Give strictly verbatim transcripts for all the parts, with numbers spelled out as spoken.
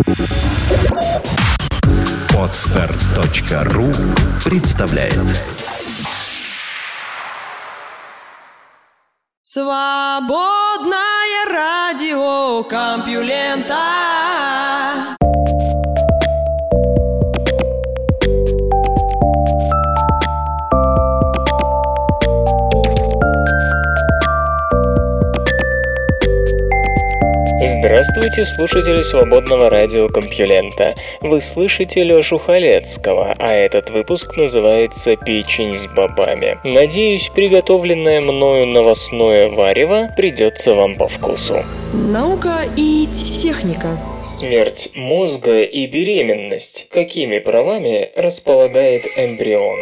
Подстер точка ру представляет. Свободное радио Компьюлента. Здравствуйте, слушатели свободного радио Компьюлента. Вы слышите Лёшу Халецкого, а этот выпуск называется «Печень с бобами». Надеюсь, приготовленное мною новостное варево придется вам по вкусу. Наука и техника. Смерть мозга и беременность. Какими правами располагает эмбрион?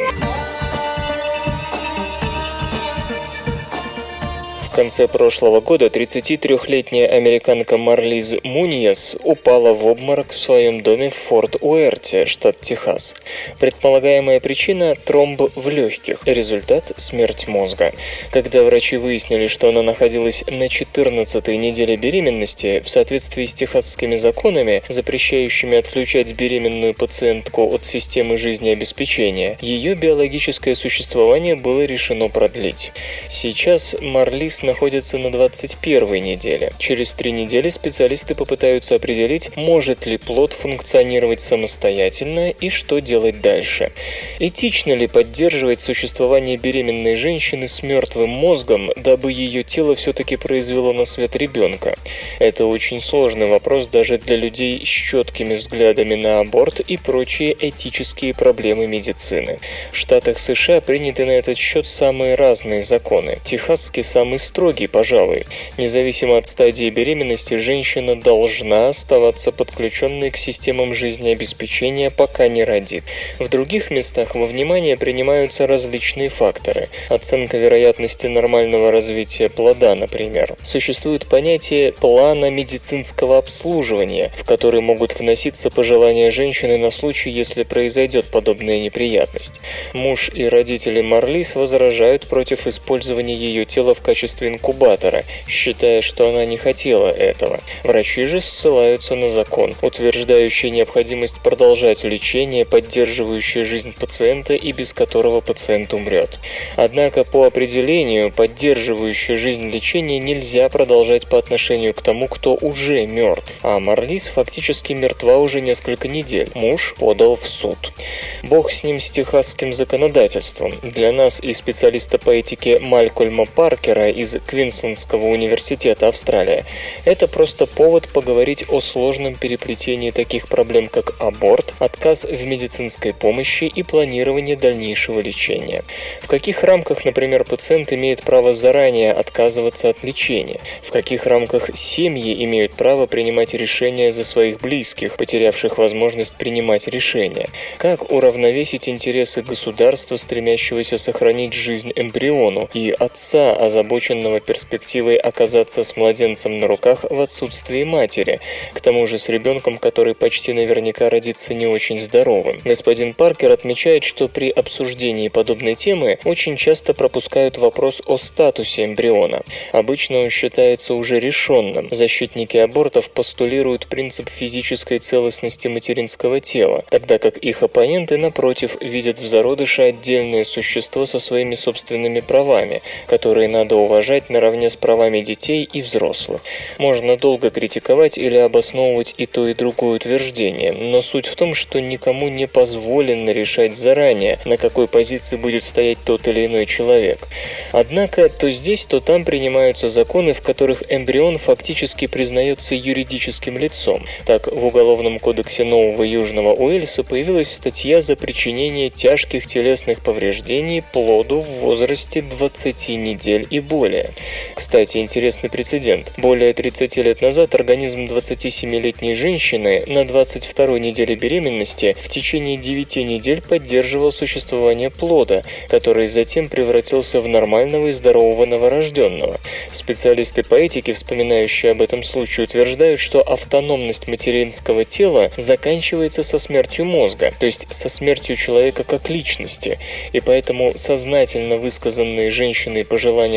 В конце прошлого года тридцатитрёхлетняя американка Марлиз Муньес упала в обморок в своем доме в Форт Уэрте, штат Техас. Предполагаемая причина – тромб в легких, результат – смерть мозга. Когда врачи выяснили, что она находилась на четырнадцатой неделе беременности, в соответствии с техасскими законами, запрещающими отключать беременную пациентку от системы жизнеобеспечения, ее биологическое существование было решено продлить. Сейчас Марлиз находится на двадцать первой неделе. Через три недели специалисты попытаются определить, может ли плод функционировать самостоятельно и что делать дальше. Этично ли поддерживать существование беременной женщины с мертвым мозгом, дабы ее тело все-таки произвело на свет ребенка? Это очень сложный вопрос даже для людей с четкими взглядами на аборт и прочие этические проблемы медицины. В штатах США приняты на этот счет самые разные законы. Техасский самый строгий, пожалуй. Независимо от стадии беременности, женщина должна оставаться подключенной к системам жизнеобеспечения, пока не родит. В других местах во внимание принимаются различные факторы. Оценка вероятности нормального развития плода, например. Существует понятие плана медицинского обслуживания, в который могут вноситься пожелания женщины на случай, если произойдет подобная неприятность. Муж и родители Марлиз возражают против использования ее тела в качестве инкубатора, считая, что она не хотела этого. Врачи же ссылаются на закон, утверждающий необходимость продолжать лечение, поддерживающее жизнь пациента и без которого пациент умрет. Однако, по определению, поддерживающее жизнь лечение нельзя продолжать по отношению к тому, кто уже мертв, а Марлиз фактически мертва уже несколько недель. Муж подал в суд. Бог с ним, с техасским законодательством. Для нас и специалиста по этике Малькольма Паркера из Квинслендского университета, Австралия. Это просто повод поговорить о сложном переплетении таких проблем, как аборт, отказ в медицинской помощи и планирование дальнейшего лечения. В каких рамках, например, пациент имеет право заранее отказываться от лечения? В каких рамках семьи имеют право принимать решения за своих близких, потерявших возможность принимать решения? Как уравновесить интересы государства, стремящегося сохранить жизнь эмбриону, и отца, озабоченного перспективой оказаться с младенцем на руках в отсутствии матери, к тому же с ребенком, который почти наверняка родится не очень здоровым. Господин Паркер отмечает, что при обсуждении подобной темы очень часто пропускают вопрос о статусе эмбриона. Обычно он считается уже решенным. Защитники абортов постулируют принцип физической целостности материнского тела, тогда как их оппоненты, напротив, видят в зародыше отдельное существо со своими собственными правами, которые надо уважать наравне с правами детей и взрослых. Можно долго критиковать или обосновывать и то, и другое утверждение, но суть в том, что никому не позволено решать заранее, на какой позиции будет стоять тот или иной человек. Однако, то здесь, то там принимаются законы, в которых эмбрион фактически признается юридическим лицом. Так, в Уголовном кодексе Нового Южного Уэльса появилась статья за причинение тяжких телесных повреждений плоду в возрасте двадцати недель и более. Кстати, интересный прецедент. Более тридцати лет назад организм двадцатисемилетней женщины на двадцать второй неделе беременности в течение девяти недель поддерживал существование плода, который затем превратился в нормального и здорового новорожденного. Специалисты по этике, вспоминающие об этом случае, утверждают, что автономность материнского тела заканчивается со смертью мозга, то есть со смертью человека как личности, и поэтому сознательно высказанные женщиной пожелания относительно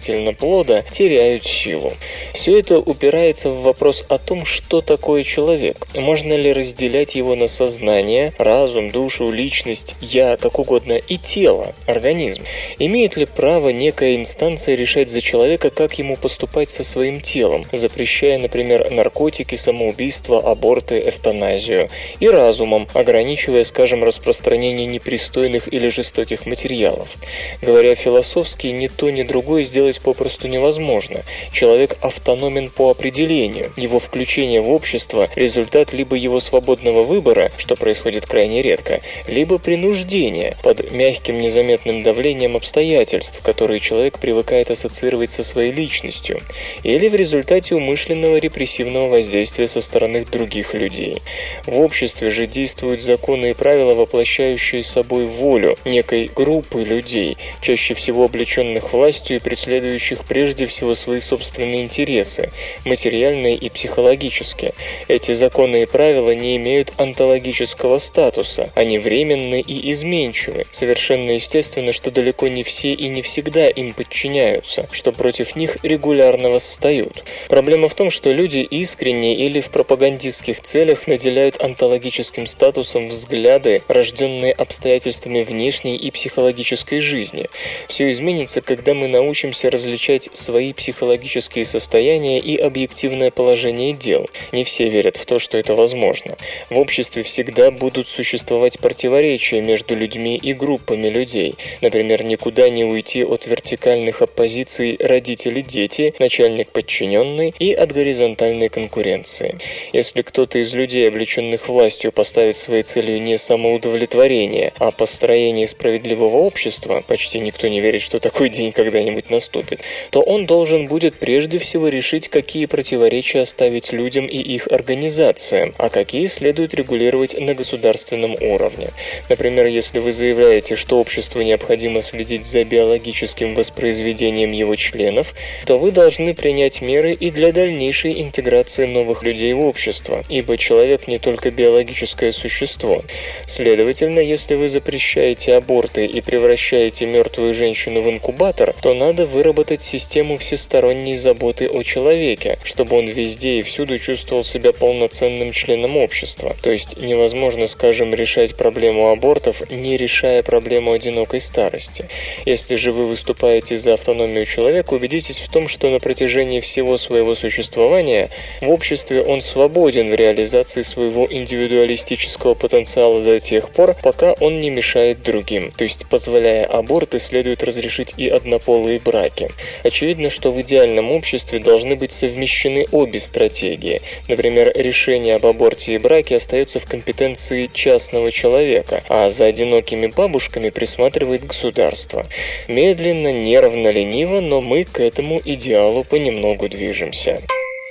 относительно плода, теряют силу. Все это упирается в вопрос о том, что такое человек. Можно ли разделять его на сознание, разум, душу, личность, я, как угодно, и тело, организм? Имеет ли право некая инстанция решать за человека, как ему поступать со своим телом, запрещая, например, наркотики, самоубийство, аборты, эвтаназию, и разумом, ограничивая, скажем, распространение непристойных или жестоких материалов? Говоря философски, ни то, ни другое сделать попросту невозможно. Человек автономен по определению. Его включение в общество – результат либо его свободного выбора, что происходит крайне редко, либо принуждения под мягким незаметным давлением обстоятельств, которые человек привыкает ассоциировать со своей личностью, или в результате умышленного репрессивного воздействия со стороны других людей. В обществе же действуют законы и правила, воплощающие собой волю некой группы людей, чаще всего облеченных властью и преследующих прежде всего свои собственные интересы, материальные и психологические. Эти законы и правила не имеют онтологического статуса, они временны и изменчивы. Совершенно естественно, что далеко не все и не всегда им подчиняются, что против них регулярно восстают. Проблема в том, что люди искренне или в пропагандистских целях наделяют онтологическим статусом взгляды, рожденные обстоятельствами внешней и психологической жизни. Все изменится, когда мы научимся различать свои психологические состояния и объективное положение дел. Не все верят в то, что это возможно. В обществе всегда будут существовать противоречия между людьми и группами людей. Например, никуда не уйти от вертикальных оппозиций родители-дети, начальник-подчиненный и от горизонтальной конкуренции. Если кто-то из людей, облеченных властью, поставит своей целью не самоудовлетворение, а построение справедливого общества, почти никто не верит, что такой день когда-нибудь наступит, то он должен будет прежде всего решить, какие противоречия оставить людям и их организациям, а какие следует регулировать на государственном уровне. Например, если вы заявляете, что обществу необходимо следить за биологическим воспроизведением его членов, то вы должны принять меры и для дальнейшей интеграции новых людей в общество, ибо человек не только биологическое существо. Следовательно, если вы запрещаете аборты и превращаете мертвую женщину в инкубатор, то надо выработать систему всесторонней заботы о человеке, чтобы он везде и всюду чувствовал себя полноценным членом общества. То есть невозможно, скажем, решать проблему абортов, не решая проблему одинокой старости. Если же вы выступаете за автономию человека, убедитесь в том, что на протяжении всего своего существования в обществе он свободен в реализации своего индивидуалистического потенциала до тех пор, пока он не мешает другим. То есть, позволяя аборты, следует разрешить и однополые браки. Очевидно, что в идеальном обществе должны быть совмещены обе стратегии. Например, решение об аборте и браке остается в компетенции частного человека, а за одинокими бабушками присматривает государство. Медленно, нервно, лениво, но мы к этому идеалу понемногу движемся.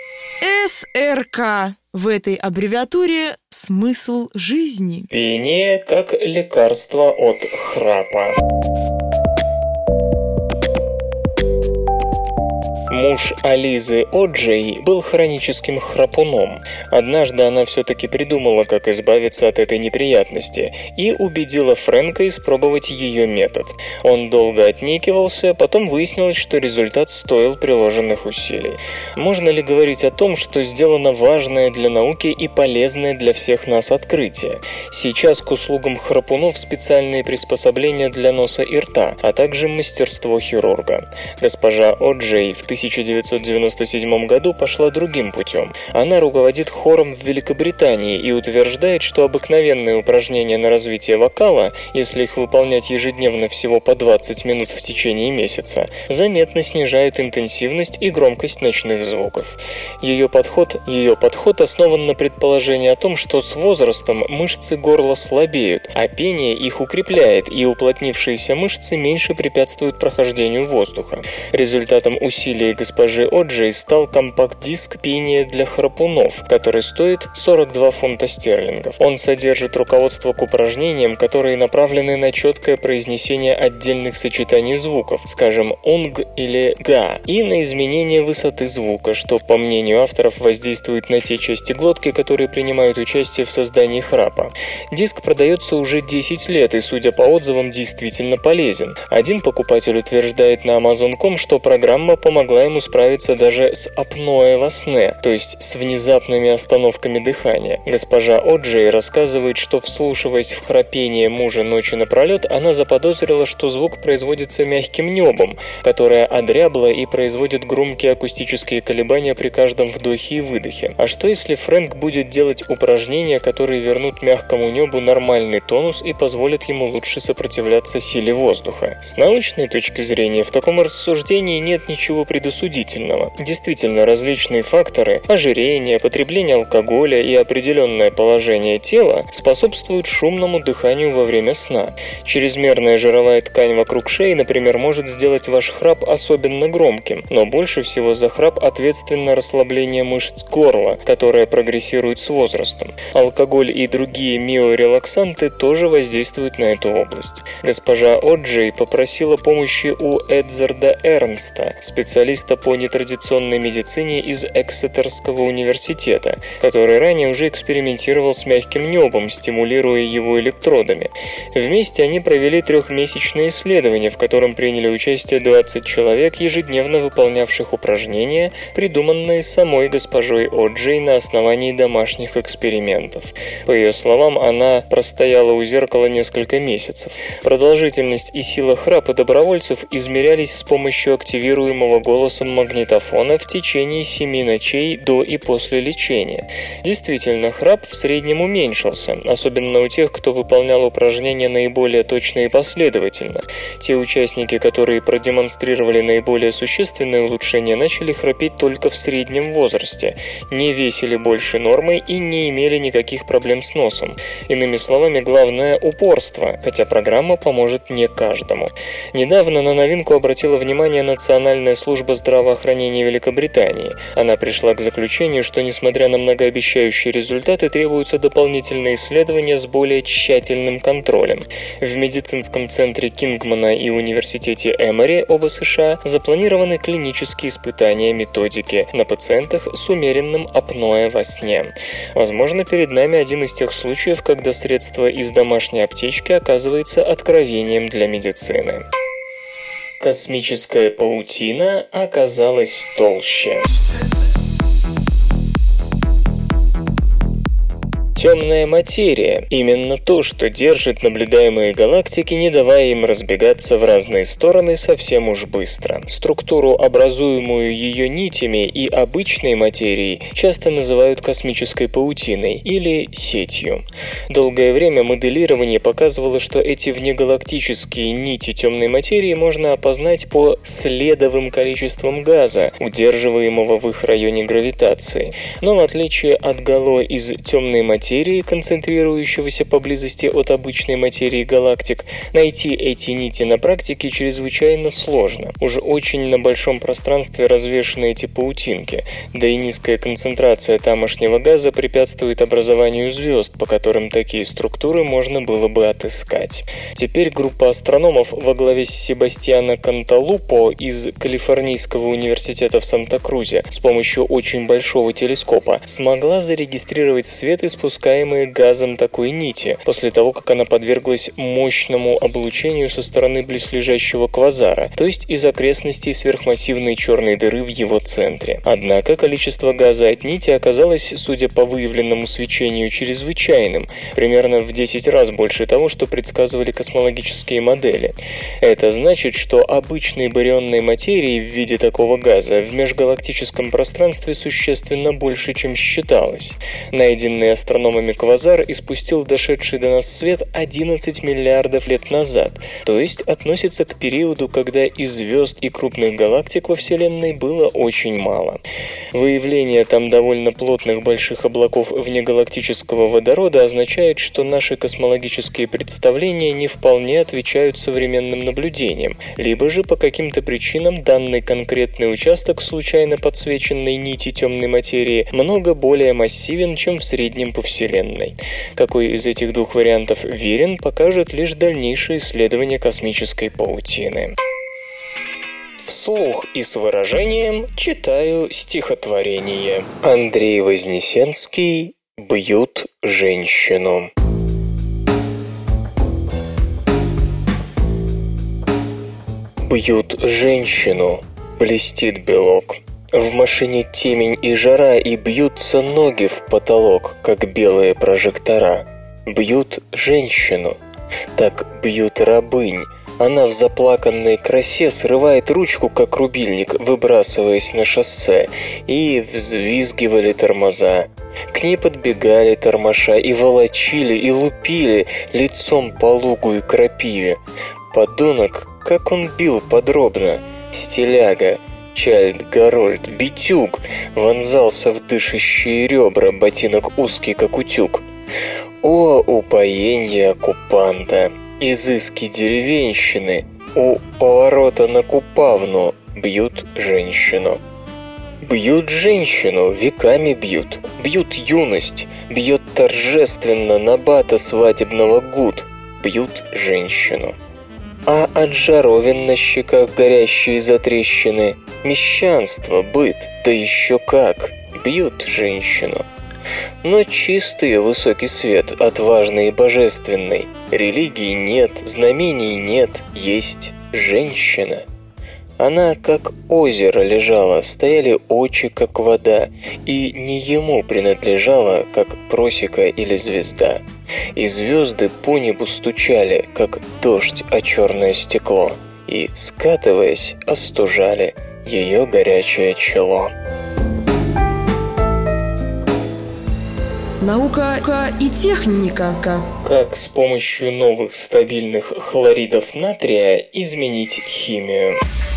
эс эр ка. В этой аббревиатуре смысл жизни. Пение как лекарство от храпа. Муж Ализы О'Джей был хроническим храпуном. Однажды она все-таки придумала, как избавиться от этой неприятности, и убедила Фрэнка испробовать ее метод. Он долго отнекивался, потом выяснилось, что результат стоил приложенных усилий. Можно ли говорить о том, что сделано важное для науки и полезное для всех нас открытие? Сейчас к услугам храпунов специальные приспособления для носа и рта, а также мастерство хирурга. Госпожа О'Джей в тысяча девятьсот девяносто седьмом году пошла другим путем. Она руководит хором в Великобритании и утверждает, что обыкновенные упражнения на развитие вокала, если их выполнять ежедневно всего по двадцать минут в течение месяца, заметно снижают интенсивность и громкость ночных звуков. Ее подход, ее подход основан на предположении о том, что с возрастом мышцы горла слабеют, а пение их укрепляет, и уплотнившиеся мышцы меньше препятствуют прохождению воздуха. Результатом усилий госпожи О'Джей стал компакт-диск пения для храпунов, который стоит сорок два фунта стерлингов. Он содержит руководство к упражнениям, которые направлены на четкое произнесение отдельных сочетаний звуков, скажем, «унг» или «га», и на изменение высоты звука, что, по мнению авторов, воздействует на те части глотки, которые принимают участие в создании храпа. Диск продается уже десять лет и, судя по отзывам, действительно полезен. Один покупатель утверждает на амазон точка ком, что программа помогла ему справиться даже с апноэ во сне, то есть с внезапными остановками дыхания. Госпожа О'Джей рассказывает, что, вслушиваясь в храпение мужа ночи напролет, она заподозрила, что звук производится мягким небом, которое одрябло и производит громкие акустические колебания при каждом вдохе и выдохе. А что если Фрэнк будет делать упражнения, которые вернут мягкому небу нормальный тонус и позволят ему лучше сопротивляться силе воздуха? С научной точки зрения в таком рассуждении нет ничего предосудительного. Действительно, различные факторы – ожирение, потребление алкоголя и определенное положение тела – способствуют шумному дыханию во время сна. Чрезмерная жировая ткань вокруг шеи, например, может сделать ваш храп особенно громким, но больше всего за храп ответственно расслабление мышц горла, которое прогрессирует с возрастом. Алкоголь и другие миорелаксанты тоже воздействуют на эту область. Госпожа О'Джей попросила помощи у Эдзарда Эрнста, специалиста по нетрадиционной медицине из Эксетерского университета, который ранее уже экспериментировал с мягким небом, стимулируя его электродами. Вместе они провели трехмесячное исследование, в котором приняли участие двадцать человек, ежедневно выполнявших упражнения, придуманные самой госпожой О'Джей на основании домашних экспериментов. По ее словам, она простояла у зеркала несколько месяцев. Продолжительность и сила храпа добровольцев измерялись с помощью активируемого голосом магнитофона в течение семи ночей до и после лечения. Действительно, храп в среднем уменьшился, особенно у тех, кто выполнял упражнения наиболее точно и последовательно. Те участники, которые продемонстрировали наиболее существенные улучшения, начали храпеть только в среднем возрасте, не весили больше нормы и не имели никаких проблем с носом. Иными словами, главное – упорство, хотя программа поможет не каждому. Недавно на новинку обратила внимание Национальная служба здравоохранения Великобритании. Она пришла к заключению, что, несмотря на многообещающие результаты, требуются дополнительные исследования с более тщательным контролем. В медицинском центре Кингмана и университете Эмори, оба США, запланированы клинические испытания методики на пациентах с умеренным апноэ во сне. Возможно, перед нами один из тех случаев, когда средство из домашней аптечки оказывается откровением для медицины. Космическая паутина оказалась толще. Темная материя – именно то, что держит наблюдаемые галактики, не давая им разбегаться в разные стороны совсем уж быстро. Структуру, образуемую ее нитями и обычной материей, часто называют космической паутиной или сетью. Долгое время моделирование показывало, что эти внегалактические нити темной материи можно опознать по следовым количествам газа, удерживаемого в их районе гравитации. Но в отличие от гало из темной материи, концентрирующегося поблизости от обычной материи галактик, найти эти нити на практике чрезвычайно сложно. Уж очень на большом пространстве развешаны эти паутинки, да и низкая концентрация тамошнего газа препятствует образованию звезд, по которым такие структуры можно было бы отыскать. Теперь группа астрономов во главе с Себастьяно Канталупо из Калифорнийского университета в Санта-Крузе с помощью очень большого телескопа смогла зарегистрировать свет, испускаемый газом такой нити, после того, как она подверглась мощному облучению со стороны близлежащего квазара, то есть из окрестностей сверхмассивной черной дыры в его центре. Однако количество газа от нити оказалось, судя по выявленному свечению, чрезвычайным, примерно в десять раз больше того, что предсказывали космологические модели. Это значит, что обычной барионной материи в виде такого газа в межгалактическом пространстве существенно больше, чем считалось. Найденные астрономами астрономами квазар испустил дошедший до нас свет одиннадцать миллиардов лет назад, то есть относится к периоду, когда и звезд, и крупных галактик во Вселенной было очень мало. Выявление там довольно плотных больших облаков внегалактического водорода означает, что наши космологические представления не вполне отвечают современным наблюдениям, либо же по каким-то причинам данный конкретный участок случайно подсвеченной нити темной материи много более массивен, чем в среднем по Вселенной. Какой из этих двух вариантов верен, покажет лишь дальнейшее исследование космической паутины. Вслух и с выражением читаю стихотворение. Андрей Вознесенский «Бьют женщину». Бьют женщину, блестит белок. В машине темень и жара, и бьются ноги в потолок, как белые прожектора. Бьют женщину, так бьют рабынь. Она в заплаканной красе срывает ручку, как рубильник, выбрасываясь на шоссе, и взвизгивали тормоза. К ней подбегали тормоша и волочили, и лупили лицом по лугу и крапиве. Подонок, как он бил подробно, стиляга, Чайльд, Гарольд, Битюк вонзался в дышащие ребра, ботинок узкий, как утюг. О, упоенье оккупанта, изыски деревенщины, у поворота на Купавну бьют женщину. Бьют женщину, веками бьют, бьют юность, бьет торжественно набата свадебного гуд, бьют женщину. А от жаровин на щеках горящие затрещины, мещанство, быт, да еще как, бьют женщину. Но чистый высокий свет, отважный и божественный, религии нет, знамений нет, есть женщина. Она, как озеро, лежала, стояли очи, как вода, и не ему принадлежала, как просека или звезда. И звезды по небу стучали, как дождь о черное стекло, и, скатываясь, остужали ее горячее чело. Наука и техника. Как с помощью новых стабильных хлоридов натрия изменить химию.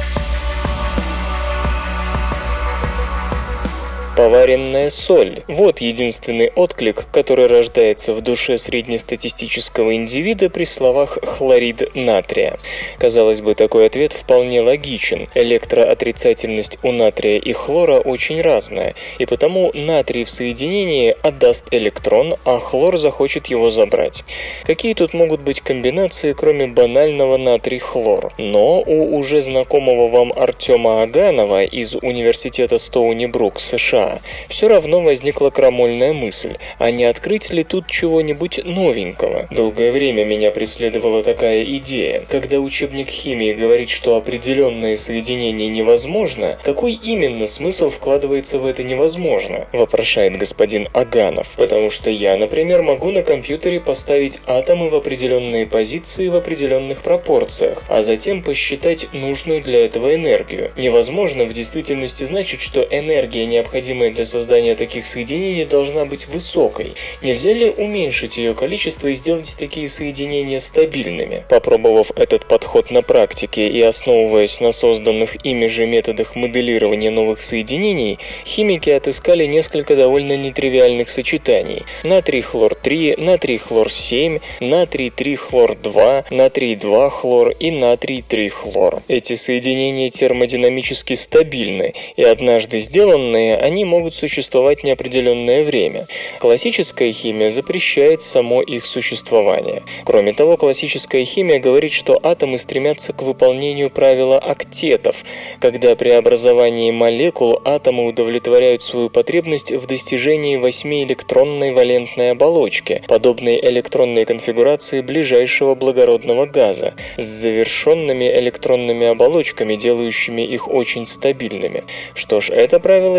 Поваренная соль – вот единственный отклик, который рождается в душе среднестатистического индивида при словах «хлорид натрия». Казалось бы, такой ответ вполне логичен. Электроотрицательность у натрия и хлора очень разная, и потому натрий в соединении отдаст электрон, а хлор захочет его забрать. Какие тут могут быть комбинации, кроме банального натрий-хлор? Но у уже знакомого вам Артема Аганова из Университета Стоуни-Брук, США, все равно возникла крамольная мысль, а не открыть ли тут чего-нибудь новенького? Долгое время меня преследовала такая идея. Когда учебник химии говорит, что определенное соединение невозможно, какой именно смысл вкладывается в это невозможно? Вопрошает господин Аганов. Потому что я, например, могу на компьютере поставить атомы в определенные позиции в определенных пропорциях, а затем посчитать нужную для этого энергию. Невозможно в действительности значит, что энергия, необходимая для создания таких соединений, должна быть высокой. Нельзя ли уменьшить ее количество и сделать такие соединения стабильными? Попробовав этот подход на практике и основываясь на созданных ими же методах моделирования новых соединений, химики отыскали несколько довольно нетривиальных сочетаний: натрий-хлор три, натрий-хлор семь, натрий-три-хлор два, натрий-два-хлор и натрий-три-хлор. Эти соединения термодинамически стабильны, и однажды сделанные, они могут существовать неопределенное время. Классическая химия запрещает само их существование. Кроме того, классическая химия говорит, что атомы стремятся к выполнению правила октетов, когда при образовании молекул атомы удовлетворяют свою потребность в достижении восьмиэлектронной валентной оболочки, подобной электронной конфигурации ближайшего благородного газа, с завершенными электронными оболочками, делающими их очень стабильными. Что ж, это правило здесь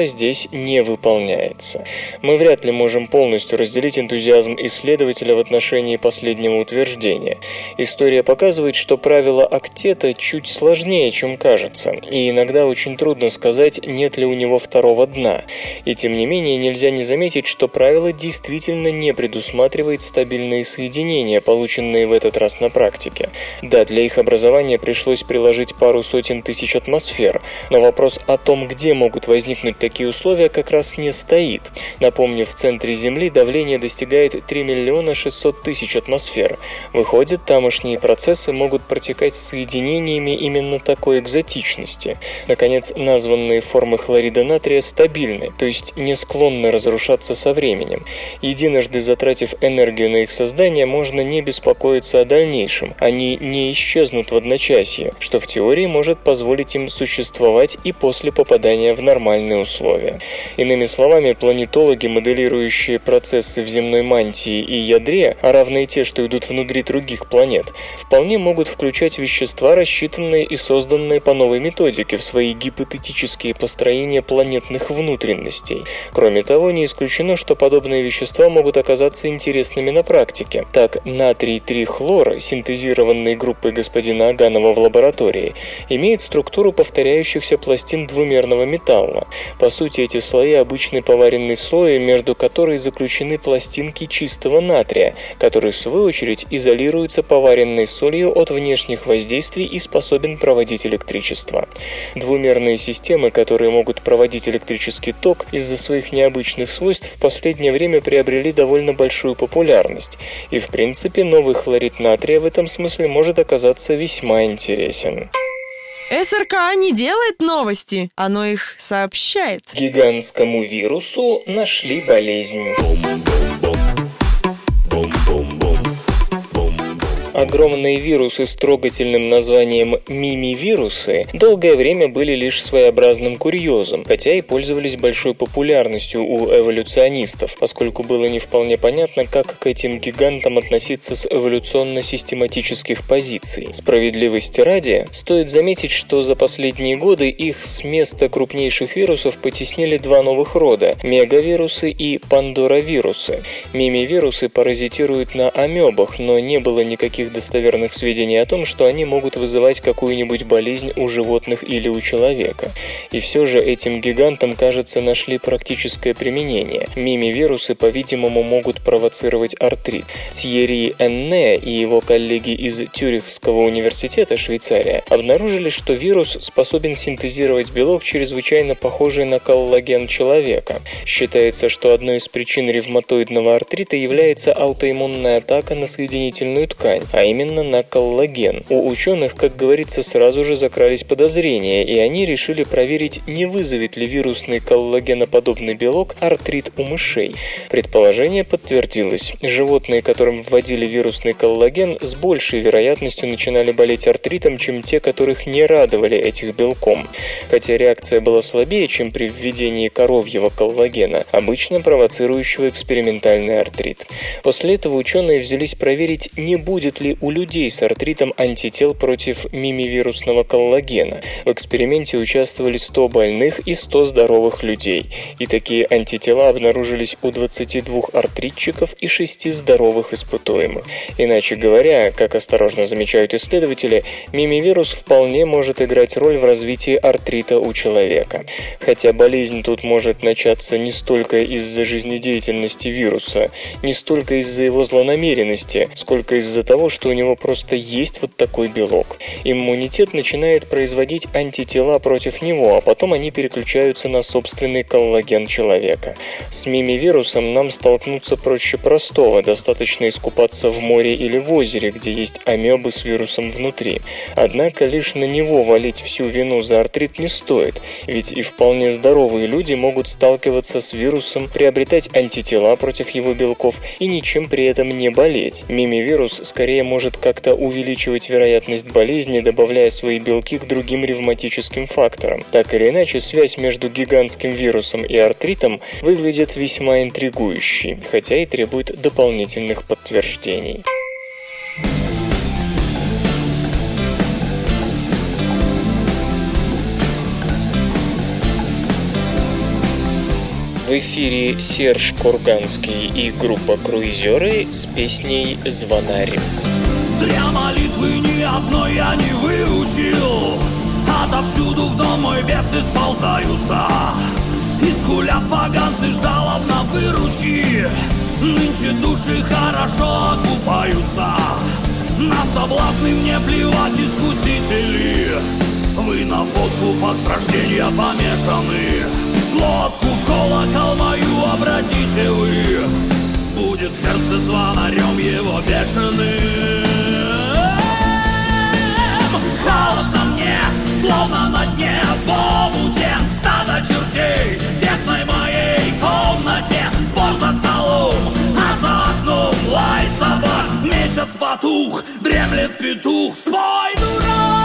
не выполняется. Мы вряд ли можем полностью разделить энтузиазм исследователя в отношении последнего утверждения. История показывает, что правило октета чуть сложнее, чем кажется, и иногда очень трудно сказать, нет ли у него второго дна. И тем не менее нельзя не заметить, что правило действительно не предусматривает стабильные соединения, полученные в этот раз на практике. Да, для их образования пришлось приложить пару сотен тысяч атмосфер, но вопрос о том, где могут возникнуть такие условия, как раз не стоит. Напомню, в центре Земли давление достигает три миллиона шестьсот тысяч атмосфер. Выходит, тамошние процессы могут протекать с соединениями именно такой экзотичности. Наконец, названные формы хлорида натрия стабильны, то есть не склонны разрушаться со временем. Единожды затратив энергию на их создание, можно не беспокоиться о дальнейшем. Они не исчезнут в одночасье, что в теории может позволить им существовать и после попадания в нормальные условия. Иными словами, планетологи, моделирующие процессы в земной мантии и ядре, а равные те, что идут внутри других планет, вполне могут включать вещества, рассчитанные и созданные по новой методике в свои гипотетические построения планетных внутренностей. Кроме того, не исключено, что подобные вещества могут оказаться интересными на практике. Так, натрий-три-хлор, синтезированный группой господина Аганова в лаборатории, имеет структуру повторяющихся пластин двумерного металла. По сути, эти слои обычный поваренный слой, между которой заключены пластинки чистого натрия, который в свою очередь изолируется поваренной солью от внешних воздействий и способен проводить электричество. Двумерные системы, которые могут проводить электрический ток, из-за своих необычных свойств в последнее время приобрели довольно большую популярность, и в принципе новый хлорид натрия в этом смысле может оказаться весьма интересен. СРК не делает новости, оно их сообщает. Гигантскому вирусу нашли болезнь. Огромные вирусы с трогательным названием мимивирусы долгое время были лишь своеобразным курьезом, хотя и пользовались большой популярностью у эволюционистов, поскольку было не вполне понятно, как к этим гигантам относиться с эволюционно-систематических позиций. Справедливости ради, стоит заметить, что за последние годы их с места крупнейших вирусов потеснили два новых рода – мегавирусы и пандоравирусы. Мимивирусы паразитируют на амебах, но не было никаких достоверных сведений о том, что они могут вызывать какую-нибудь болезнь у животных или у человека. И все же этим гигантам, кажется, нашли практическое применение. Мимивирусы, по-видимому, могут провоцировать артрит. Тьерри Энне и его коллеги из Тюрихского университета, Швейцария, обнаружили, что вирус способен синтезировать белок, чрезвычайно похожий на коллаген человека. Считается, что одной из причин ревматоидного артрита является аутоиммунная атака на соединительную ткань, а именно на коллаген. У ученых, как говорится, сразу же закрались подозрения, и они решили проверить, не вызовет ли вирусный коллагеноподобный белок артрит у мышей. Предположение подтвердилось. Животные, которым вводили вирусный коллаген, с большей вероятностью начинали болеть артритом, чем те, которых не радовали этих белком. Хотя реакция была слабее, чем при введении коровьего коллагена, обычно провоцирующего экспериментальный артрит. После этого ученые взялись проверить, не будет ли у людей с артритом антител против мимивирусного коллагена. В эксперименте участвовали сто больных и сто здоровых людей, и такие антитела обнаружились у двадцати двух артритчиков и шести здоровых испытуемых. Иначе говоря, как осторожно замечают исследователи, мимивирус вполне может играть роль в развитии артрита у человека. Хотя болезнь тут может начаться не столько из-за жизнедеятельности вируса, не столько из-за его злонамеренности, сколько из-за того, что у него просто есть вот такой белок. Иммунитет начинает производить антитела против него, а потом они переключаются на собственный коллаген человека. С мимивирусом нам столкнуться проще простого, достаточно искупаться в море или в озере, где есть амебы с вирусом внутри. Однако лишь на него валить всю вину за артрит не стоит, ведь и вполне здоровые люди могут сталкиваться с вирусом, приобретать антитела против его белков и ничем при этом не болеть. Мимивирус скорее может как-то увеличивать вероятность болезни, добавляя свои белки к другим ревматическим факторам. Так или иначе, связь между гигантским вирусом и артритом выглядит весьма интригующей, хотя и требует дополнительных подтверждений. В эфире Серж Курганский и группа «Круизеры» с песней «Звонарь». Зря молитвы ни одной я не выучил. Отовсюду в дом мой вес исползаются. Из гулят поганцы жалобно выручи. Нынче души хорошо окупаются. На соблазны мне плевать, искусители. Вы на водку под страждения помешаны. Глотку в колокол мою обратите вы. Будет сердце звонарем его бешеным. Холодно мне, словно на дне в омуте. Стадо чертей в тесной моей комнате. Спор за столом, а за окном лай собак. Месяц потух, дремлет петух. Спой, дурак!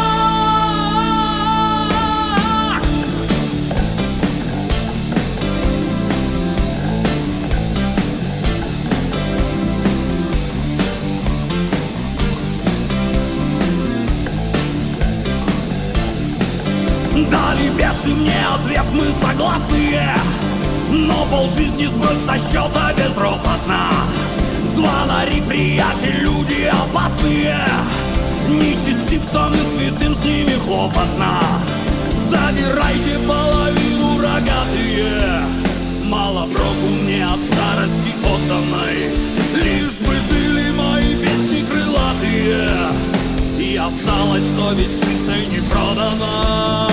Дали бесы мне ответ, мы согласные. Но полжизни сбрось со счета безропотно. Звонари, приятель, люди опасные. Нечестивцам и святым с ними хлопотно. Забирайте половину, рогатые. Мало проку мне от старости отданной. Лишь бы жили мои песни крылатые. И осталась совесть чистой непроданной.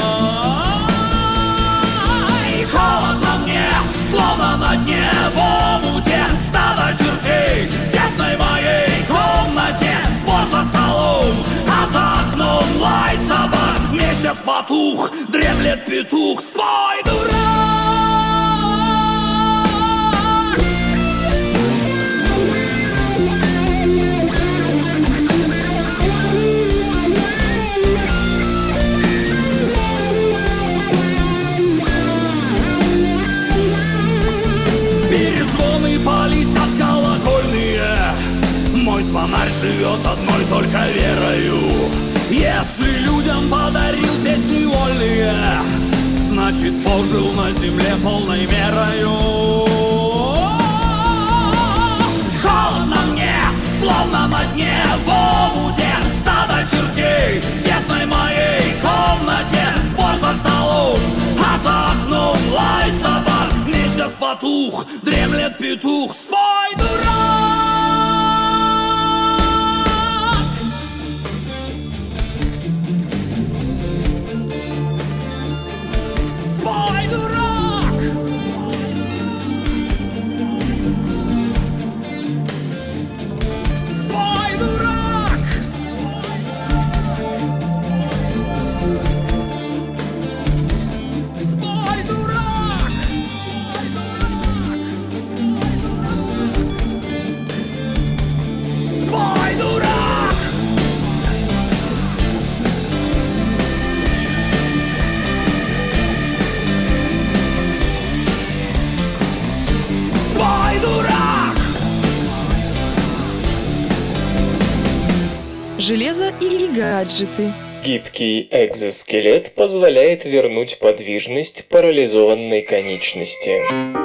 Холодно мне, словно на дне в омуте. Стадо чертей в тесной моей комнате. Спор за столом, а за окном лай собак. Месяц потух, дремлет петух. Спой, дурак! Полетят колокольные. Мой звонарь живет одной только верою. Если людям подарил песни вольные, значит пожил на земле полной мерою. Холодно мне, словно на дне в омуте. Стадо чертей в тесной моей комнате. Спор за столом, а за окном лай собак. Месяц потух, дремлет петух. Спой, дурак! Спой, дурак! Спой, дурак! Спой, дурак! Спой, дурак! Спой, дурак! Железо и гаджеты. Гибкий экзоскелет позволяет вернуть подвижность парализованной конечности.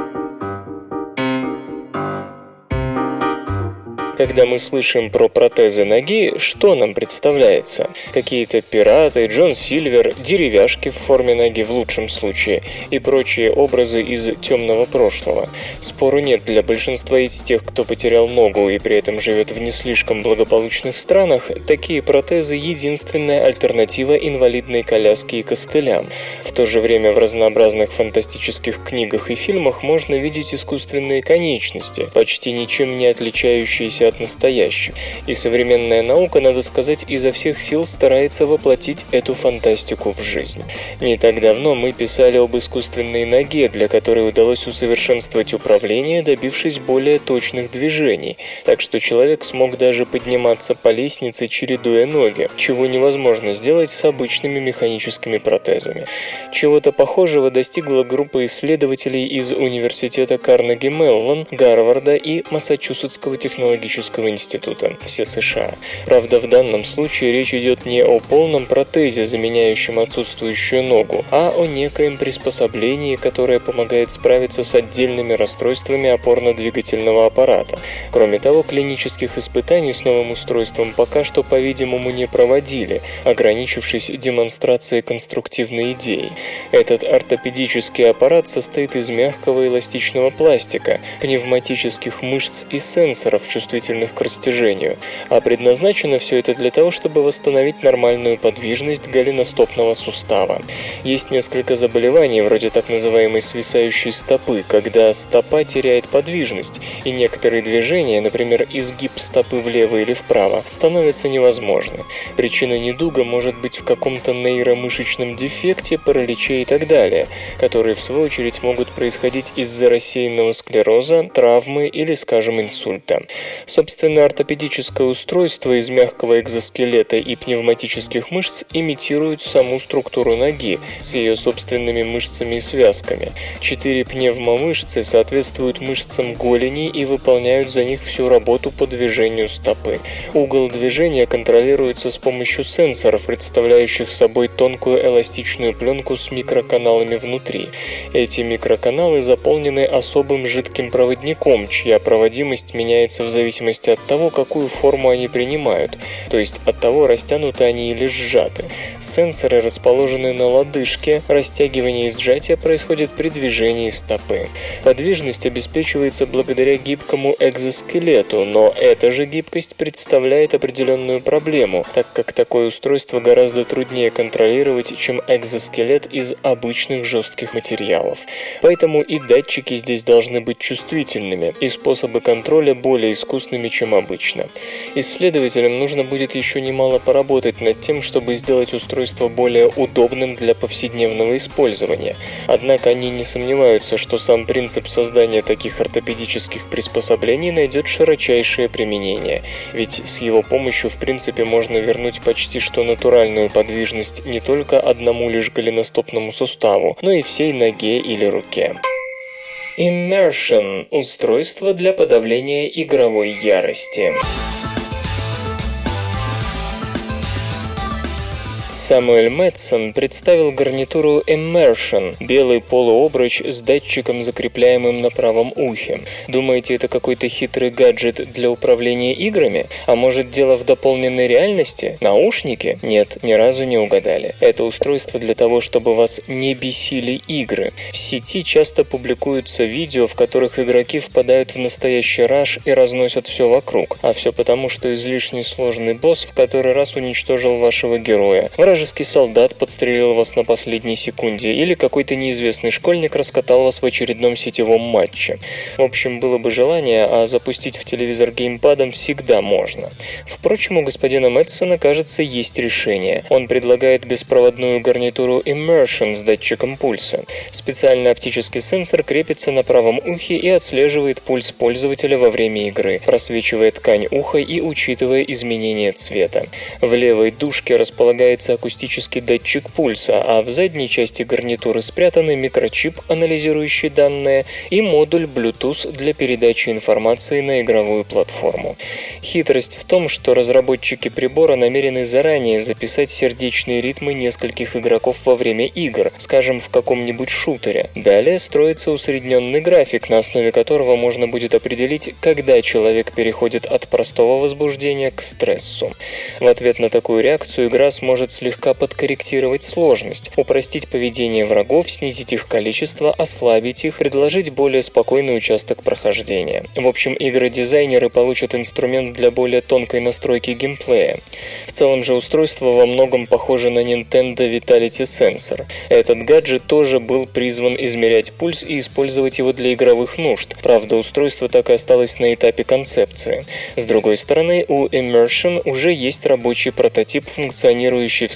Когда мы слышим про протезы ноги, что нам представляется? Какие-то пираты, Джон Сильвер, деревяшки в форме ноги в лучшем случае и прочие образы из темного прошлого. Спору нет, для большинства из тех, кто потерял ногу и при этом живет в не слишком благополучных странах, такие протезы – единственная альтернатива инвалидной коляске и костылям. В то же время в разнообразных фантастических книгах и фильмах можно видеть искусственные конечности, почти ничем не отличающиеся от настоящих. И современная наука, надо сказать, изо всех сил старается воплотить эту фантастику в жизнь. Не так давно мы писали об искусственной ноге, для которой удалось усовершенствовать управление, добившись более точных движений, так что человек смог даже подниматься по лестнице, чередуя ноги, чего невозможно сделать с обычными механическими протезами. Чего-то похожего достигла группа исследователей из университета Карнеги-Меллон, Гарварда и Массачусетского технологического технологического института, все США. Правда, в данном случае речь идет не о полном протезе, заменяющем отсутствующую ногу, а о некоем приспособлении, которое помогает справиться с отдельными расстройствами опорно-двигательного аппарата. Кроме того, клинических испытаний с новым устройством пока что, по-видимому, не проводили, ограничившись демонстрацией конструктивной идеи. Этот ортопедический аппарат состоит из мягкого эластичного пластика, пневматических мышц и сенсоров, чувствительных к растяжению, а предназначено все это для того, чтобы восстановить нормальную подвижность голеностопного сустава. Есть несколько заболеваний, вроде так называемой свисающей стопы, когда стопа теряет подвижность, и некоторые движения, например, изгиб стопы влево или вправо, становятся невозможны. Причина недуга может быть в каком-то нейромышечном дефекте, параличе и так далее, которые, в свою очередь, могут происходить из-за рассеянного склероза, травмы или, скажем, инсульта. Собственно, ортопедическое устройство из мягкого экзоскелета и пневматических мышц имитирует саму структуру ноги с ее собственными мышцами и связками. Четыре пневмомышцы соответствуют мышцам голени и выполняют за них всю работу по движению стопы. Угол движения контролируется с помощью сенсоров, представляющих собой тонкую эластичную пленку с микроканалами внутри. Эти микроканалы заполнены особым жидким проводником, чья проводимость меняется в зависимости от того, какую форму они принимают, то есть от того, растянуты они или сжаты. Сенсоры расположены на лодыжке, растягивание и сжатие происходит при движении стопы. Подвижность обеспечивается благодаря гибкому экзоскелету, но эта же гибкость представляет определенную проблему, так как такое устройство гораздо труднее контролировать, чем экзоскелет из обычных жестких материалов. Поэтому и датчики здесь должны быть чувствительными, и способы контроля более искусными, чем обычно. Исследователям нужно будет еще немало поработать над тем, чтобы сделать устройство более удобным для повседневного использования. Однако они не сомневаются, что сам принцип создания таких ортопедических приспособлений найдет широчайшее применение, ведь с его помощью в принципе можно вернуть почти что натуральную подвижность не только одному лишь голеностопному суставу, но и всей ноге или руке. Immersion – устройство для подавления игровой ярости. Самуэль Мэтсон представил гарнитуру Immersion – белый полуобруч с датчиком, закрепляемым на правом ухе. Думаете, это какой-то хитрый гаджет для управления играми? А может, дело в дополненной реальности? Наушники? Нет, ни разу не угадали. Это устройство для того, чтобы вас не бесили игры. В сети часто публикуются видео, в которых игроки впадают в настоящий раж и разносят все вокруг. А все потому, что излишне сложный босс в который раз уничтожил вашего героя. Вражеский солдат подстрелил вас на последней секунде, или какой-то неизвестный школьник раскатал вас в очередном сетевом матче. В общем, было бы желание, а запустить в телевизор геймпадом всегда можно. Впрочем, у господина Мэтсона, кажется, есть решение. Он предлагает беспроводную гарнитуру Immersion с датчиком пульса. Специальный оптический сенсор крепится на правом ухе и отслеживает пульс пользователя во время игры, просвечивая ткань уха и учитывая изменения цвета. В левой дужке располагается акустический датчик пульса, а в задней части гарнитуры спрятаны микрочип, анализирующий данные, и модуль Bluetooth для передачи информации на игровую платформу. Хитрость в том, что разработчики прибора намерены заранее записать сердечные ритмы нескольких игроков во время игр, скажем, в каком-нибудь шутере. Далее строится усредненный график, на основе которого можно будет определить, когда человек переходит от простого возбуждения к стрессу. В ответ на такую реакцию игра сможет слегка слегка подкорректировать сложность, упростить поведение врагов, снизить их количество, ослабить их, предложить более спокойный участок прохождения. В общем, игродизайнеры получат инструмент для более тонкой настройки геймплея. В целом же устройство во многом похоже на Nintendo Vitality Sensor. Этот гаджет тоже был призван измерять пульс и использовать его для игровых нужд. Правда, устройство так и осталось на этапе концепции. С другой стороны, у Immersion уже есть рабочий прототип, функционирующий в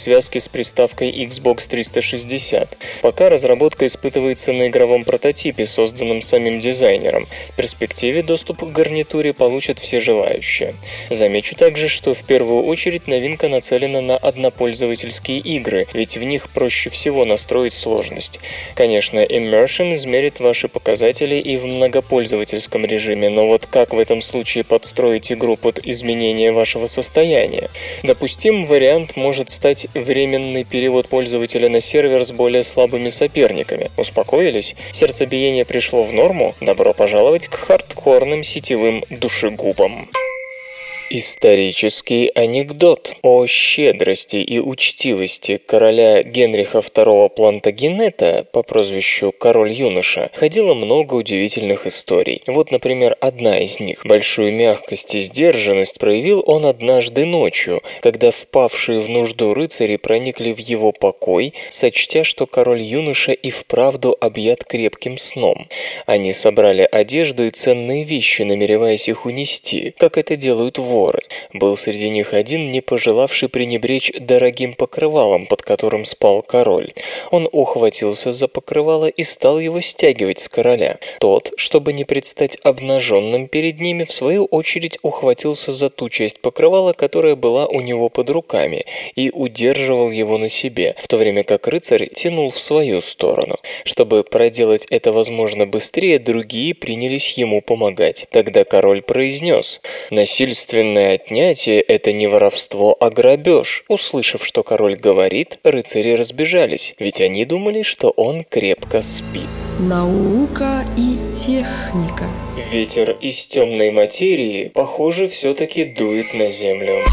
связке с приставкой Xbox триста шестьдесят. Пока разработка испытывается на игровом прототипе, созданном самим дизайнером. В перспективе доступ к гарнитуре получат все желающие. Замечу также, что в первую очередь новинка нацелена на однопользовательские игры, ведь в них проще всего настроить сложность. Конечно, Immersion измерит ваши показатели и в многопользовательском режиме, но вот как в этом случае подстроить игру под изменение вашего состояния? Допустим, вариант может стать временный перевод пользователя на сервер с более слабыми соперниками. Успокоились? Сердцебиение пришло в норму? Добро пожаловать к хардкорным сетевым душегубам. Исторический анекдот. О щедрости и учтивости короля Генриха второго Плантагенета по прозвищу Король-юноша ходило много удивительных историй. Вот, например, одна из них. Большую мягкость и сдержанность проявил он однажды ночью, когда впавшие в нужду рыцари проникли в его покой, сочтя, что король-юноша и вправду объят крепким сном. Они собрали одежду и ценные вещи, намереваясь их унести, как это делают воры. Был среди них один, не пожелавший пренебречь дорогим покрывалом, под которым спал король. Он ухватился за покрывало и стал его стягивать с короля. Тот, чтобы не предстать обнаженным перед ними, в свою очередь ухватился за ту часть покрывала, которая была у него под руками, и удерживал его на себе, в то время как рыцарь тянул в свою сторону. Чтобы проделать это возможно быстрее, другие принялись ему помогать. Тогда король произнес: «Насильственное отнятие – это не воровство, а грабеж». Услышав, что король говорит, рыцари разбежались, ведь они думали, что он крепко спит. Наука и техника. Ветер из темной материи, похоже, все-таки дует на Землю.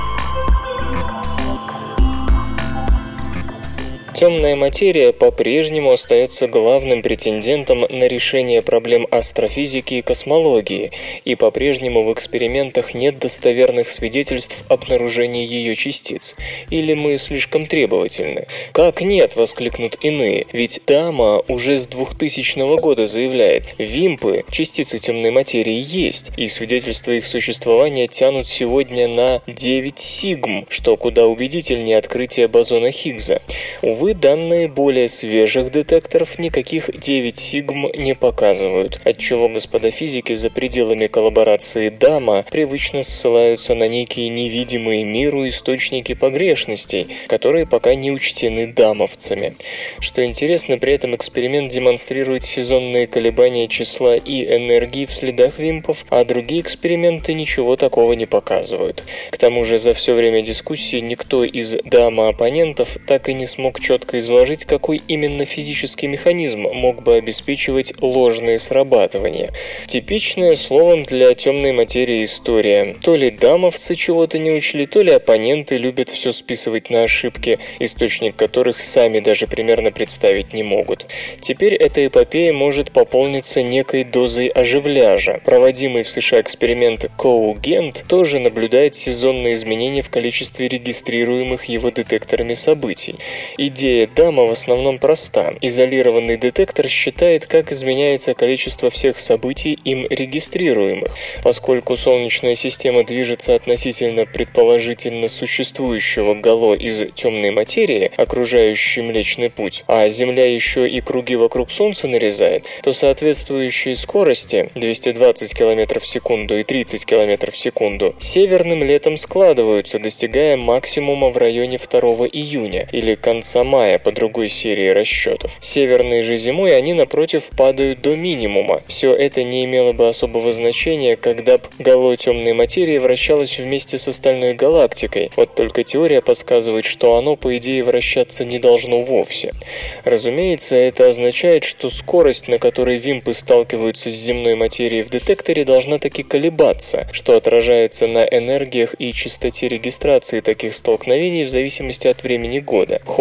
Темная материя по-прежнему остается главным претендентом на решение проблем астрофизики и космологии, и по-прежнему в экспериментах нет достоверных свидетельств обнаружения ее частиц. Или мы слишком требовательны? «Как нет?» — воскликнут иные. Ведь Дама уже с двухтысячного года заявляет: вимпы, частицы темной материи, есть, и свидетельства их существования тянут сегодня на девять сигм, что куда убедительнее открытия бозона Хиггса. Увы, данные более свежих детекторов никаких девять сигм не показывают, отчего господа физики за пределами коллаборации Дама привычно ссылаются на некие невидимые миру источники погрешностей, которые пока не учтены дамовцами. Что интересно, при этом эксперимент демонстрирует сезонные колебания числа и энергии в следах вимпов, а другие эксперименты ничего такого не показывают. К тому же за все время дискуссии никто из Дама-оппонентов так и не смог четко четко изложить, какой именно физический механизм мог бы обеспечивать ложные срабатывания. Типичное словом для темной материи история. То ли дамовцы чего-то не учли, то ли оппоненты любят все списывать на ошибки, источник которых сами даже примерно представить не могут. Теперь эта эпопея может пополниться некой дозой оживляжа. Проводимый в США эксперимент Коу-Гент тоже наблюдает сезонные изменения в количестве регистрируемых его детекторами событий. Идея Дама в основном проста. Изолированный детектор считает, как изменяется количество всех событий, им регистрируемых. Поскольку Солнечная система движется относительно предположительно существующего гало из темной материи, окружающей Млечный Путь, а Земля еще и круги вокруг Солнца нарезает, то соответствующие скорости двести двадцать километров в секунду и тридцать километров в секунду северным летом складываются, достигая максимума в районе второго июня или конца мая по другой серии расчетов. Северной же зимой они, напротив, падают до минимума. Все это не имело бы особого значения, когда б гало темной материи вращалось вместе с остальной галактикой. Вот только теория подсказывает, что оно, по идее, вращаться не должно вовсе. Разумеется, это означает, что скорость, на которой вимпы сталкиваются с земной материей в детекторе, должна таки колебаться, что отражается на энергиях и частоте регистрации таких столкновений в зависимости от времени года. Хуан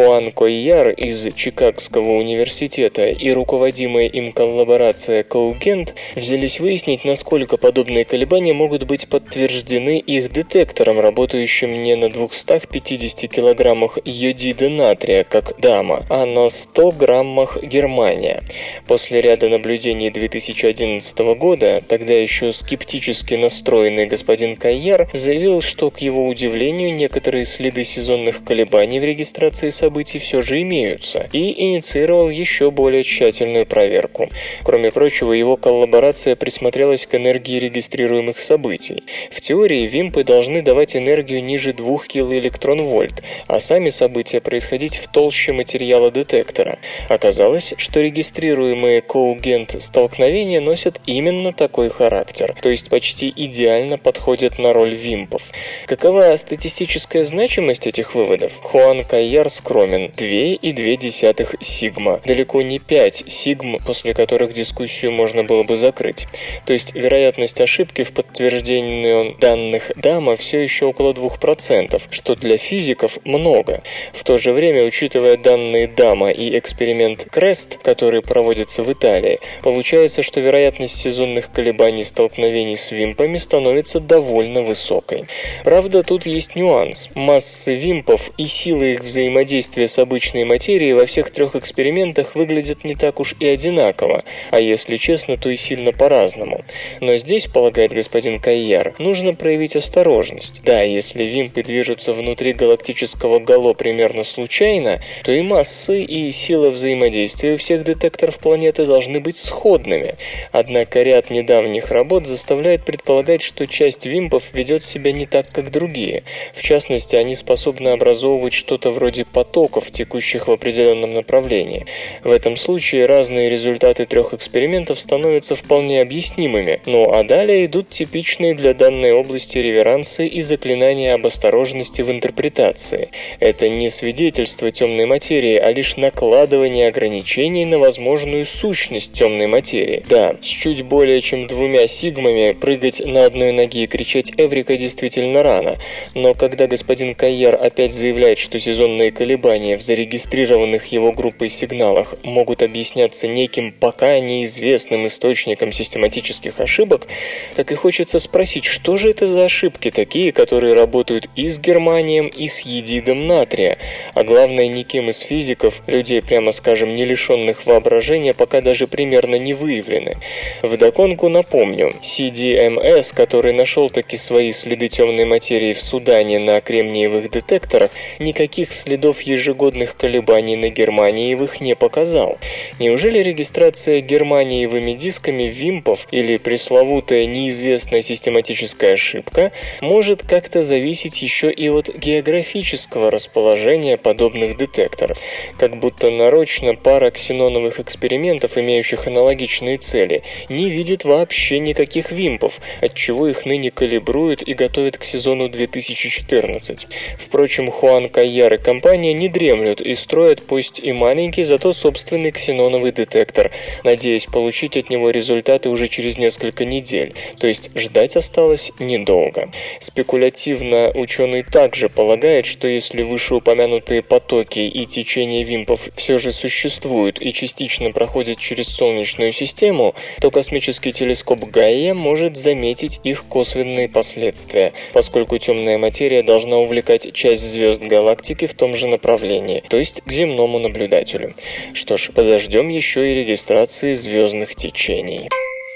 Койяр из Чикагского университета и руководимая им коллаборация Коугент взялись выяснить, насколько подобные колебания могут быть подтверждены их детектором, работающим не на двухстах пятидесяти килограммах йодида натрия, как Дама, а на ста граммах германия. После ряда наблюдений две тысячи одиннадцатого года, тогда еще скептически настроенный господин Койяр заявил, что, к его удивлению, некоторые следы сезонных колебаний в регистрации событий все же имеются, и инициировал еще более тщательную проверку. Кроме прочего, его коллаборация присмотрелась к энергии регистрируемых событий. В теории вимпы должны давать энергию ниже двух килоэлектронвольт, а сами события происходить в толще материала детектора. Оказалось, что регистрируемые Коугент столкновения носят именно такой характер, то есть почти идеально подходят на роль вимпов. Какова статистическая значимость этих выводов? Хуан Койяр скромен – две и две десятых сигма. Далеко не пять сигм, после которых дискуссию можно было бы закрыть. То есть вероятность ошибки в подтверждении данных Дама все еще около двух процентов, что для физиков много. В то же время, учитывая данные Дама и эксперимент Крест, который проводится в Италии, получается, что вероятность сезонных колебаний столкновений с вимпами становится довольно высокой. Правда, тут есть нюанс. Массы вимпов и силы их взаимодействия с обычной материей во всех трех экспериментах выглядят не так уж и одинаково, а если честно, то и сильно по-разному. Но здесь, полагает господин Койяр, нужно проявить осторожность. Да, если вимпы движутся внутри галактического гало примерно случайно, то и массы и сила взаимодействия у всех детекторов планеты должны быть сходными. Однако ряд недавних работ заставляет предполагать, что часть вимпов ведет себя не так, как другие. В частности, они способны образовывать что-то вроде потоков, текущих в определенном направлении. В этом случае разные результаты трех экспериментов становятся вполне объяснимыми, ну а далее идут типичные для данной области реверансы и заклинания об осторожности в интерпретации. Это не свидетельство темной материи, а лишь накладывание ограничений на возможную сущность темной материи. Да, с чуть более чем двумя сигмами прыгать на одной ноге и кричать «Эврика» действительно рано, но когда господин Койяр опять заявляет, что сезонные колебания в зарегистрированных его группой сигналах могут объясняться неким пока неизвестным источником систематических ошибок, так и хочется спросить, что же это за ошибки такие, которые работают и с германием, и с йодидом натрия, а главное, никем из физиков, людей, прямо скажем, не лишенных воображения, пока даже примерно не выявлены. Вдогонку напомню, си ди эм эс, который нашел таки свои следы темной материи в Судане на кремниевых детекторах, никаких следов ежегодных колебаний на германиевых не показал. Неужели регистрация германиевыми дисками вимпов или пресловутая неизвестная систематическая ошибка может как-то зависеть еще и от географического расположения подобных детекторов? Как будто нарочно пара ксеноновых экспериментов, имеющих аналогичные цели, не видит вообще никаких вимпов, отчего их ныне калибруют и готовят к сезону две тысячи четырнадцать. Впрочем, Хуан Койяр и компания не дремлют и строят пусть и маленький, зато собственный ксеноновый детектор, надеясь получить от него результаты уже через несколько недель, то есть ждать осталось недолго. Спекулятивно ученый также полагает, что если вышеупомянутые потоки и течения вимпов все же существуют и частично проходят через Солнечную систему, то космический телескоп Гайя может заметить их косвенные последствия, поскольку темная материя должна увлекать часть звезд галактики в том же направлении, то есть к земному наблюдателю. Что ж, подождем еще и регистрации звездных течений.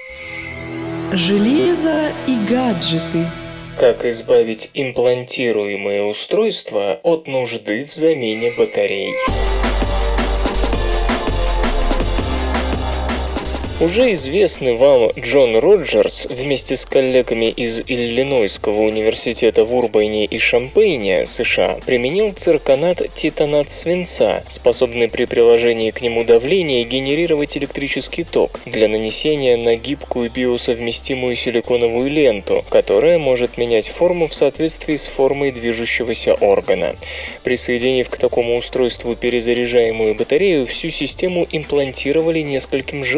Железо и гаджеты. Как избавить имплантируемые устройства от нужды в замене батарей? Уже известный вам Джон Роджерс вместе с коллегами из Иллинойского университета в Урбайне и Шампейне, США, применил цирконат-титанат свинца, способный при приложении к нему давления генерировать электрический ток для нанесения на гибкую биосовместимую силиконовую ленту, которая может менять форму в соответствии с формой движущегося органа. Присоединив к такому устройству перезаряжаемую батарею, всю систему имплантировали нескольким животным,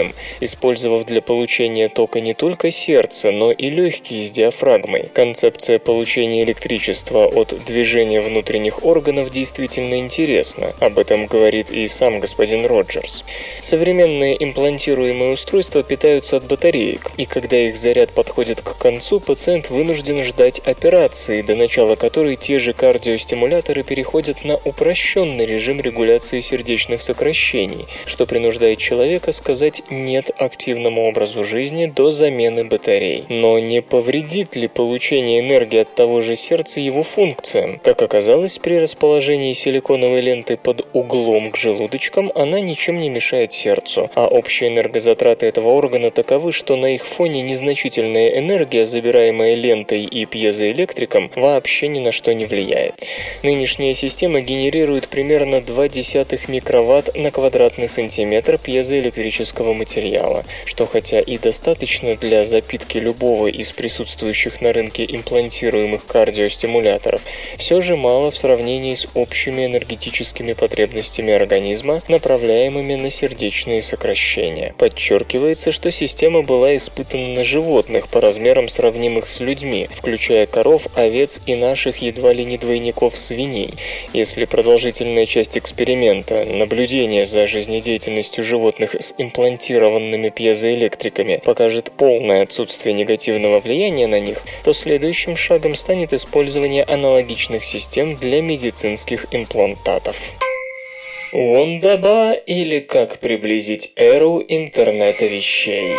движением, использовав для получения тока не только сердце, но и легкие с диафрагмой. Концепция получения электричества от движения внутренних органов действительно интересна. Об этом говорит и сам господин Роджерс. Современные имплантируемые устройства питаются от батареек, и когда их заряд подходит к концу, пациент вынужден ждать операции, до начала которой те же кардиостимуляторы переходят на упрощенный режим регуляции сердечных сокращений, что принуждает человека сказать «нет» активному образу жизни до замены батарей. Но не повредит ли получение энергии от того же сердца его функциям? Как оказалось, при расположении силиконовой ленты под углом к желудочкам она ничем не мешает сердцу, а общие энергозатраты этого органа таковы, что на их фоне незначительная энергия, забираемая лентой и пьезоэлектриком, вообще ни на что не влияет. Нынешняя система генерирует примерно два десятых микроватт на квадратный сантиметр пьезоэлектрического материала, что хотя и достаточно для запитки любого из присутствующих на рынке имплантируемых кардиостимуляторов, все же мало в сравнении с общими энергетическими потребностями организма, направляемыми на сердечные сокращения. Подчеркивается, что система была испытана на животных по размерам сравнимых с людьми, включая коров, овец и наших едва ли не двойников свиней. Если продолжительная часть эксперимента, наблюдение за жизнедеятельностью животных с имплантированными пьезоэлектриками, покажет полное отсутствие негативного влияния на них, то следующим шагом станет использование аналогичных систем для медицинских имплантатов. Вундаба, или как приблизить эру интернета вещей.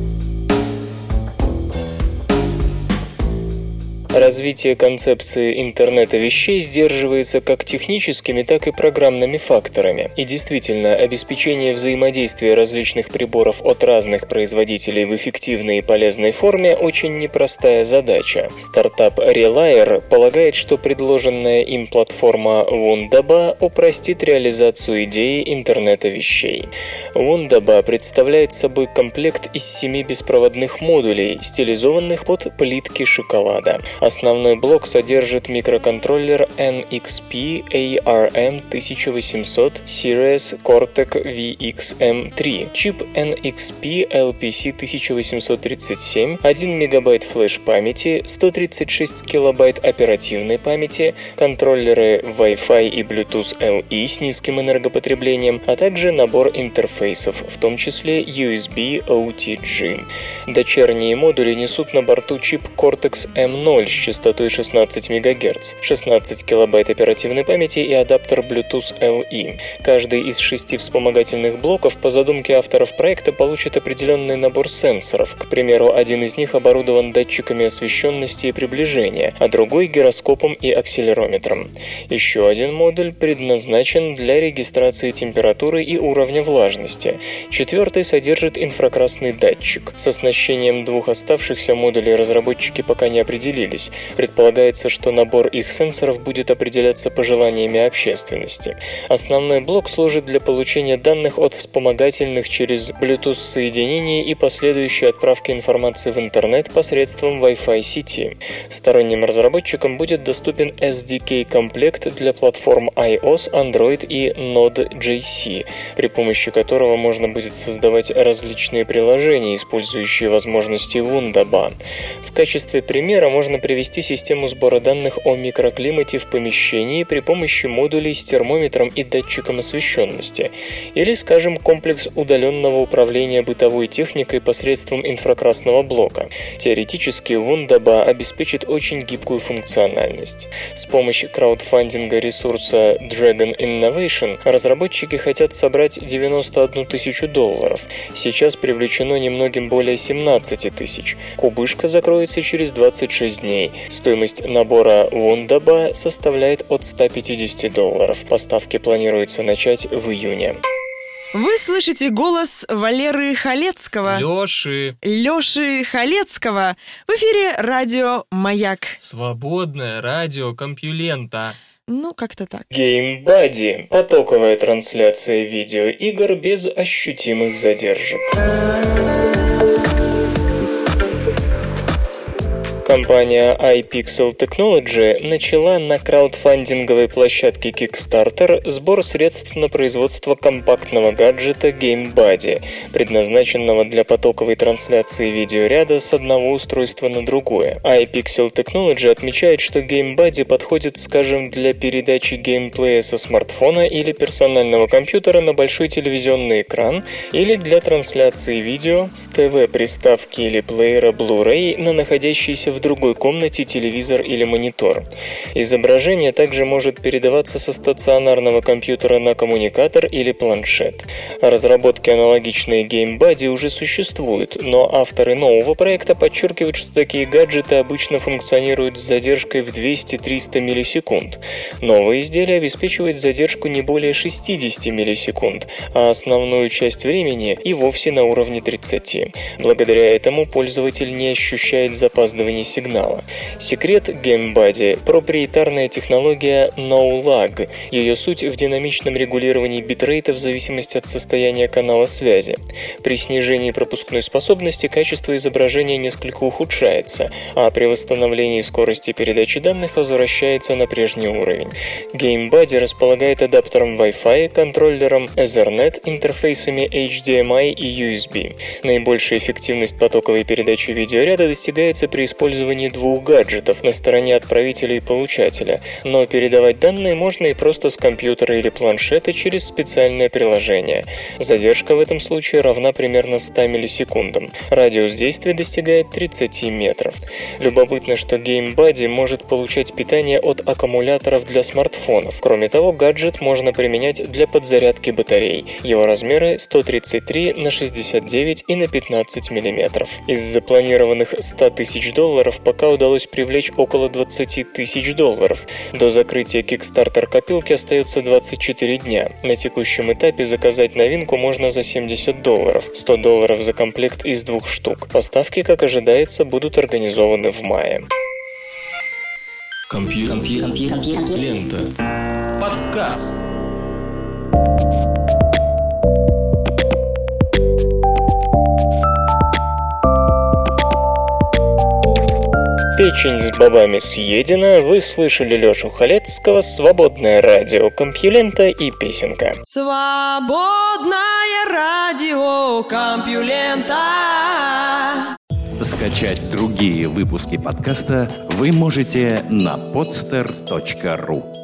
Развитие концепции интернета вещей сдерживается как техническими, так и программными факторами. И действительно, обеспечение взаимодействия различных приборов от разных производителей в эффективной и полезной форме очень непростая задача. Стартап Relier полагает, что предложенная им платформа Wunderbar упростит реализацию идеи интернета вещей. Wunderbar представляет собой комплект из семи беспроводных модулей, стилизованных под плитки шоколада. Основной блок содержит микроконтроллер эн икс пи эй ар эм тысяча восемьсот Series Cortex ви икс эм три, чип эн икс пи эл пи си тысяча восемьсот тридцать семь, один мегабайт флеш-памяти, сто тридцать шесть килобайт оперативной памяти, контроллеры Wi-Fi и Bluetooth эл и с низким энергопотреблением, а также набор интерфейсов, в том числе ю эс би о ти джи. Дочерние модули несут на борту чип Cortex эм ноль с частотой шестнадцать мегагерц, шестнадцать килобайт оперативной памяти и адаптер Bluetooth эл и. Каждый из шести вспомогательных блоков по задумке авторов проекта получит определенный набор сенсоров. К примеру, один из них оборудован датчиками освещенности и приближения, а другой — гироскопом и акселерометром. Еще один модуль предназначен для регистрации температуры и уровня влажности. Четвертый содержит инфракрасный датчик. С оснащением двух оставшихся модулей разработчики пока не определились. Предполагается, что набор их сенсоров будет определяться пожеланиями общественности. Основной блок служит для получения данных от вспомогательных через Bluetooth-соединений и последующей отправки информации в интернет посредством Wi-Fi сети. Сторонним разработчикам будет доступен эс ди кей-комплект для платформ iOS, Android и Node.js, при помощи которого можно будет создавать различные приложения, использующие возможности Wunderbar. В качестве примера можно привести систему сбора данных о микроклимате в помещении при помощи модулей с термометром и датчиком освещенности, или, скажем, комплекс удаленного управления бытовой техникой посредством инфракрасного блока. Теоретически Wunderbar обеспечит очень гибкую функциональность. С помощью краудфандинга ресурса Dragon Innovation разработчики хотят собрать девяносто одну тысячу долларов. Сейчас привлечено немногим более семнадцать тысяч. Кубышка закроется через двадцать шесть дней. Стоимость набора Wunderbar составляет от ста пятидесяти долларов. Поставки планируется начать в июне. Вы слышите голос Валеры Халецкого. Лёши. Лёши Халецкого. В эфире радио «Маяк». Свободное радио Компьюлента. Ну, как-то так. Game Buddy – потоковая трансляция видеоигр без ощутимых задержек. Компания iPixel Technology начала на краудфандинговой площадке Kickstarter сбор средств на производство компактного гаджета Game Buddy, предназначенного для потоковой трансляции видеоряда с одного устройства на другое. iPixel Technology отмечает, что Game Buddy подходит, скажем, для передачи геймплея со смартфона или персонального компьютера на большой телевизионный экран или для трансляции видео с ТВ-приставки или плеера Blu-ray на находящийся в другой комнате телевизор или монитор. Изображение также может передаваться со стационарного компьютера на коммуникатор или планшет. Разработки, аналогичные Game Buddy, уже существуют, но авторы нового проекта подчеркивают, что такие гаджеты обычно функционируют с задержкой в двести-триста миллисекунд. Новое изделие обеспечивает задержку не более шестьдесят миллисекунд, а основную часть времени и вовсе на уровне тридцати. Благодаря этому пользователь не ощущает запаздывания сигнала. Секрет Game Buddy – проприетарная технология No Lag. Ее суть в динамичном регулировании битрейта в зависимости от состояния канала связи. При снижении пропускной способности качество изображения несколько ухудшается, а при восстановлении скорости передачи данных возвращается на прежний уровень. Game Buddy располагает адаптером Wi-Fi, контроллером Ethernet, интерфейсами эйч ди эм ай и ю эс би. Наибольшая эффективность потоковой передачи видеоряда достигается при использовании двух гаджетов на стороне отправителя и получателя, но передавать данные можно и просто с компьютера или планшета через специальное приложение. Задержка в этом случае равна примерно ста миллисекундам. Радиус действия достигает тридцати метров. Любопытно, что Game Buddy может получать питание от аккумуляторов для смартфонов. Кроме того, гаджет можно применять для подзарядки батарей. Его размеры сто тридцать три на шестьдесят девять и на пятнадцать миллиметров. Из запланированных ста тысяч долларов пока удалось привлечь около двадцати тысяч долларов. До закрытия Kickstarter копилки остается двадцать четыре дня. На текущем этапе заказать новинку можно за семьдесят долларов, сто долларов за комплект из двух штук. Поставки, как ожидается, будут организованы в мае. Компьютер. Лента. Подкаст. Печень с бобами съедена. Вы слышали Лёшу Халецкого, «Свободное радио», «Компьюлента» и «Песенка». Свободное радио Компьюлента. Скачать другие выпуски подкаста вы можете на podster точка ру.